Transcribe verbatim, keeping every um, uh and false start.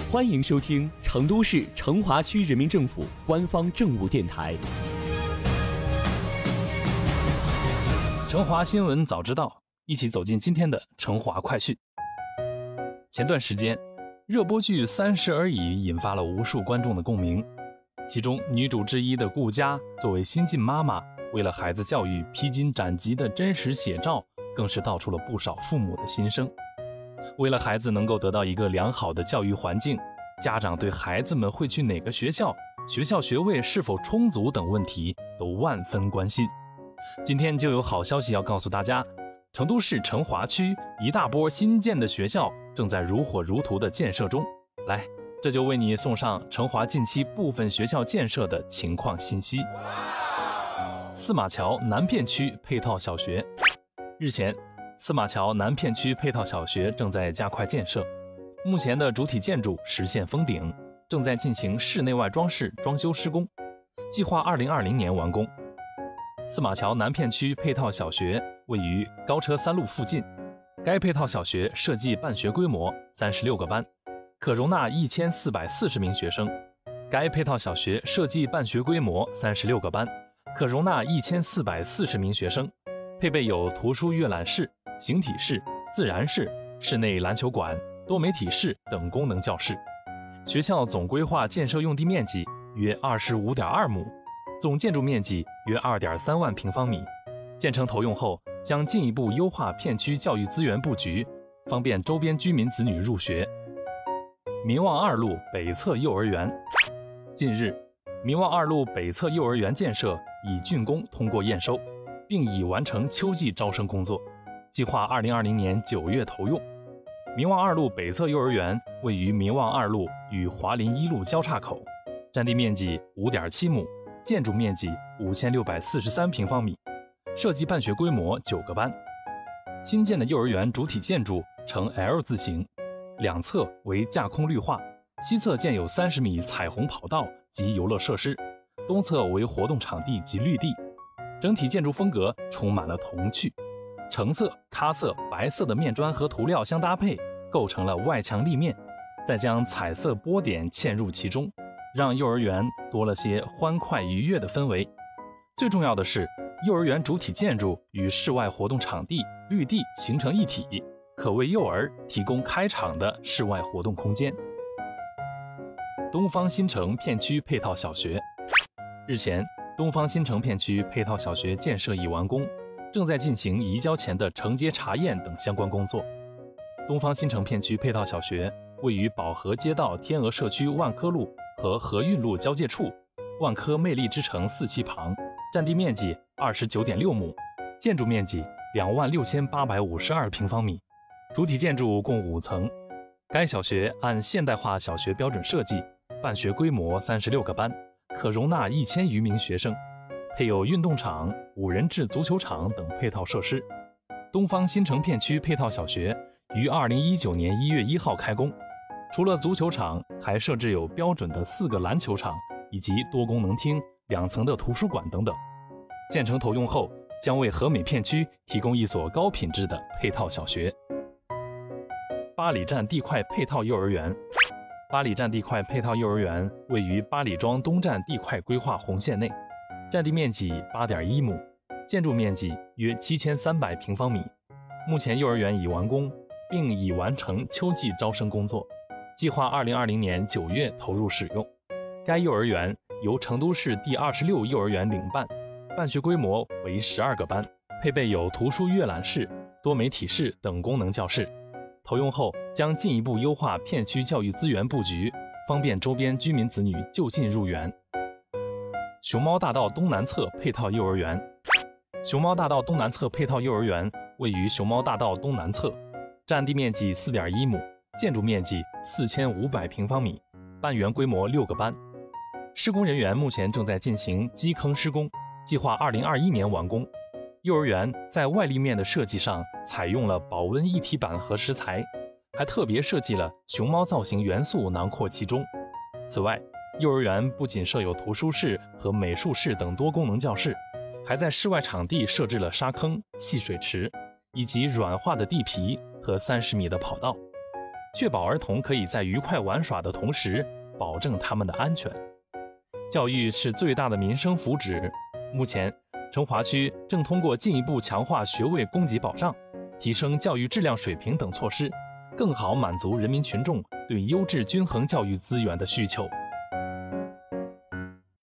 欢迎收听成都市成华区人民政府官方政务电台。 成华新闻早知道，一起走进今天的成华快讯。前段时间，热播剧《三十而已》引发了无数观众的共鸣，其中女主之一的顾佳作为新晋妈妈，为了孩子教育披荆斩棘的真实写照，更是道出了不少父母的心声。为了孩子能够得到一个良好的教育环境，家长对孩子们会去哪个学校、学校学位是否充足等问题都万分关心。今天就有好消息要告诉大家，成都市成华区一大波新建的学校正在如火如荼的建设中。来，这就为你送上成华近期部分学校建设的情况信息。四马桥南片区配套小学，日前四马桥南片区配套小学正在加快建设，目前的主体建筑实现封顶，正在进行室内外装饰装修施工，计划二零二零年完工。四马桥南片区配套小学位于高车三路附近，该配套小学设计办学规模三十六个班，可容纳一千四百四十名学生。该配套小学设计办学规模三十六个班，可容纳一千四百四十名学生，配备有图书阅览室、形体室、自然室、室内篮球馆、多媒体室等功能教室。学校总规划建设用地面积约 二十五点二亩，总建筑面积约 二点三万平方米。建成投用后，将进一步优化片区教育资源布局，方便周边居民子女入学。民望二路北侧幼儿园，近日，民望二路北侧幼儿园建设已竣工通过验收，并已完成秋季招生工作，计划二零二零年九月投用。民望二路北侧幼儿园位于民望二路与华林一路交叉口，占地面积 五点七亩，建筑面积五千六百四十三平方米，设计办学规模九个班。新建的幼儿园主体建筑呈 L 字形，两侧为架空绿化，西侧建有三十米彩虹跑道及游乐设施，东侧为活动场地及绿地。整体建筑风格充满了童趣，橙色、咖色、白色的面砖和涂料相搭配，构成了外墙立面，再将彩色波点嵌入其中，让幼儿园多了些欢快愉悦的氛围。最重要的是，幼儿园主体建筑与室外活动场地、绿地形成一体，可为幼儿提供开场的室外活动空间。东方新城片区配套小学，日前，东方新城片区配套小学建设已完工，正在进行移交前的承接查验等相关工作。东方新城片区配套小学位于宝和街道天鹅社区万科路和和运路交界处，万科魅力之城四期旁，占地面积 二十九点六亩，建筑面积 两万六千八百五十二平方米，主体建筑共五层。该小学按现代化小学标准设计，办学规模三十六个班，可容纳一千余名学生，配有运动场、五人制足球场等配套设施。东方新城片区配套小学于二零一九年一月一号开工，除了足球场，还设置有标准的四个篮球场以及多功能厅、两层的图书馆等等。建成投用后，将为和美片区提供一所高品质的配套小学。八里站地块配套幼儿园，八里站地块配套幼儿园位于八里庄东站地块规划红线内，占地面积 八点一亩，建筑面积约七千三百平方米。目前幼儿园已完工，并已完成秋季招生工作，计划二零二零年九月投入使用。该幼儿园由成都市第二十六幼儿园领办，办学规模为十二个班，配备有图书阅览室、多媒体室等功能教室。投用后将进一步优化片区教育资源布局，方便周边居民子女就近入园。熊猫大道东南侧配套幼儿园，熊猫大道东南侧配套幼儿园位于熊猫大道东南侧，占地面积 四点一亩，建筑面积四千五百平方米，办园规模六个班。施工人员目前正在进行基坑施工，计划二零二一年完工。幼儿园在外立面的设计上采用了保温一体板和石材，还特别设计了熊猫造型元素囊括其中。此外，幼儿园不仅设有图书室和美术室等多功能教室，还在室外场地设置了沙坑、戏水池，以及软化的地皮和三十米的跑道。 确保儿童可以在愉快玩耍的同时，保证他们的安全。教育是最大的民生福祉。目前，成华区正通过进一步强化学位供给保障、提升教育质量水平等措施，更好满足人民群众对优质均衡教育资源的需求。